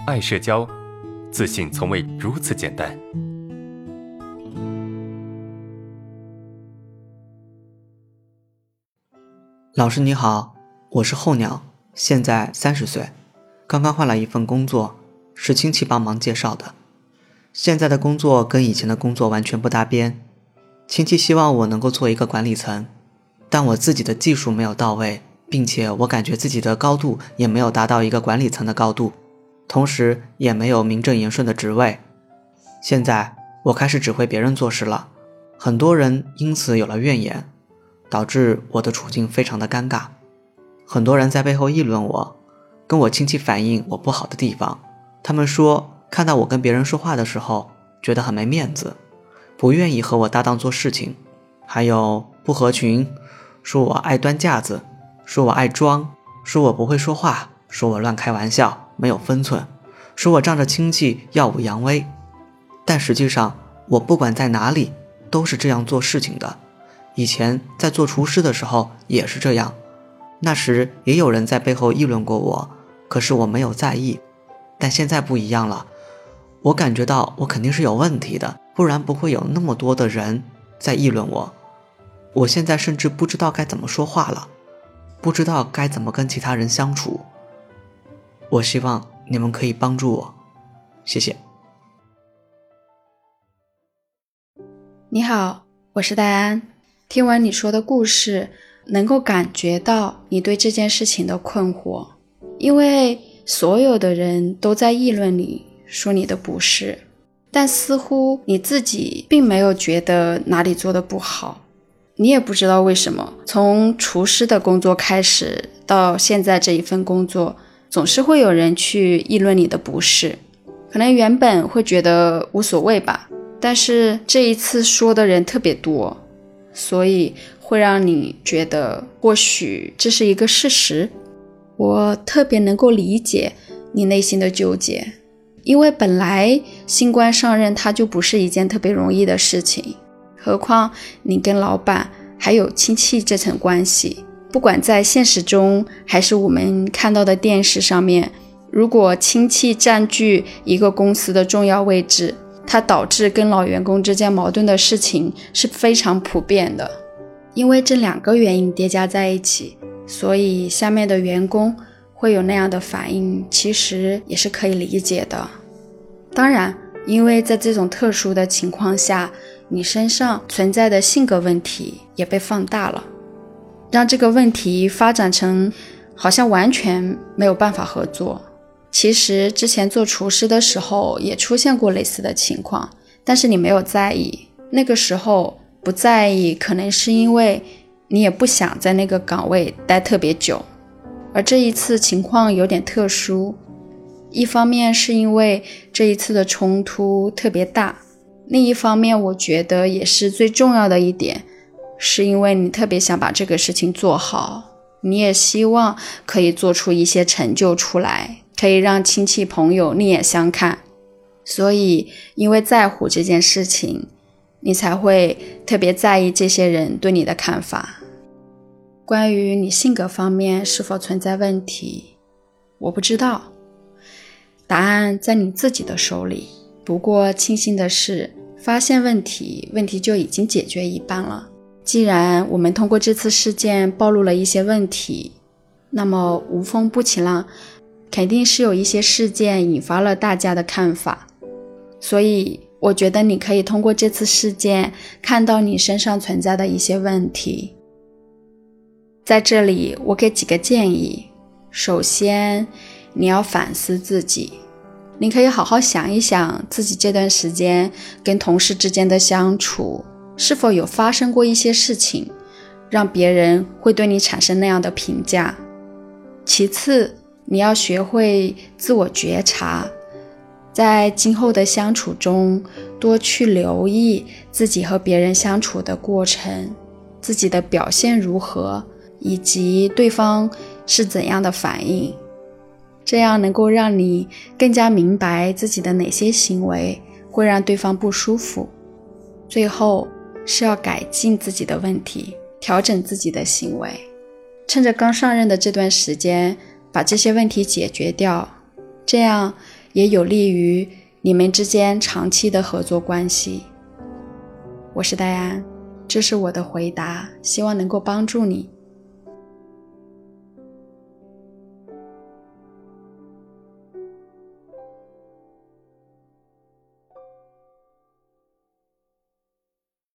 爱社交，自信从未如此简单。 老师你好，我是候鸟，现在30岁，刚刚换了一份工作，是亲戚帮忙介绍的。现在的工作跟以前的工作完全不搭边，亲戚希望我能够做一个管理层，但我自己的技术没有到位，并且我感觉自己的高度也没有达到一个管理层的高度，同时也没有名正言顺的职位。现在我开始指挥别人做事了，很多人因此有了怨言，导致我的处境非常的尴尬。很多人在背后议论我，跟我亲戚反映我不好的地方。他们说看到我跟别人说话的时候觉得很没面子，不愿意和我搭档做事情，还有不合群，说我爱端架子，说我爱装，说我不会说话，说我乱开玩笑，没有分寸，说我仗着亲戚耀武扬威。但实际上我不管在哪里都是这样做事情的，以前在做厨师的时候也是这样，那时也有人在背后议论过我，可是我没有在意。但现在不一样了，我感觉到我肯定是有问题的，不然不会有那么多的人在议论我。我现在甚至不知道该怎么说话了，不知道该怎么跟其他人相处。我希望你们可以帮助我，谢谢。 你好，我是戴安。听完你说的故事，能够感觉到你对这件事情的困惑，因为所有的人都在议论你，说你的不是，但似乎你自己并没有觉得哪里做得不好。你也不知道为什么，从厨师的工作开始到现在这一份工作，总是会有人去议论你的不是。可能原本会觉得无所谓吧，但是这一次说的人特别多，所以会让你觉得或许这是一个事实。我特别能够理解你内心的纠结，因为本来新官上任它就不是一件特别容易的事情，何况你跟老板还有亲戚这层关系，不管在现实中还是我们看到的电视上面，如果亲戚占据一个公司的重要位置，它导致跟老员工之间矛盾的事情是非常普遍的。因为这两个原因叠加在一起，所以下面的员工会有那样的反应，其实也是可以理解的。当然，因为在这种特殊的情况下，你身上存在的性格问题也被放大了，让这个问题发展成好像完全没有办法合作。其实之前做厨师的时候也出现过类似的情况，但是你没有在意，那个时候不在意可能是因为你也不想在那个岗位待特别久。而这一次情况有点特殊，一方面是因为这一次的冲突特别大，另一方面我觉得也是最重要的一点，是因为你特别想把这个事情做好，你也希望可以做出一些成就出来，可以让亲戚朋友另眼相看。所以因为在乎这件事情，你才会特别在意这些人对你的看法。关于你性格方面是否存在问题，我不知道，答案在你自己的手里。不过庆幸的是，发现问题就已经解决一半了。既然我们通过这次事件暴露了一些问题，那么无风不起浪，肯定是有一些事件引发了大家的看法。所以我觉得你可以通过这次事件看到你身上存在的一些问题。在这里我给几个建议。首先，你要反思自己，你可以好好想一想自己这段时间跟同事之间的相处，是否有发生过一些事情，让别人会对你产生那样的评价。其次，你要学会自我觉察，在今后的相处中多去留意自己和别人相处的过程，自己的表现如何，以及对方是怎样的反应，这样能够让你更加明白自己的哪些行为会让对方不舒服。最后是要改进自己的问题，调整自己的行为，趁着刚上任的这段时间把这些问题解决掉，这样也有利于你们之间长期的合作关系。我是戴安，这是我的回答，希望能够帮助你。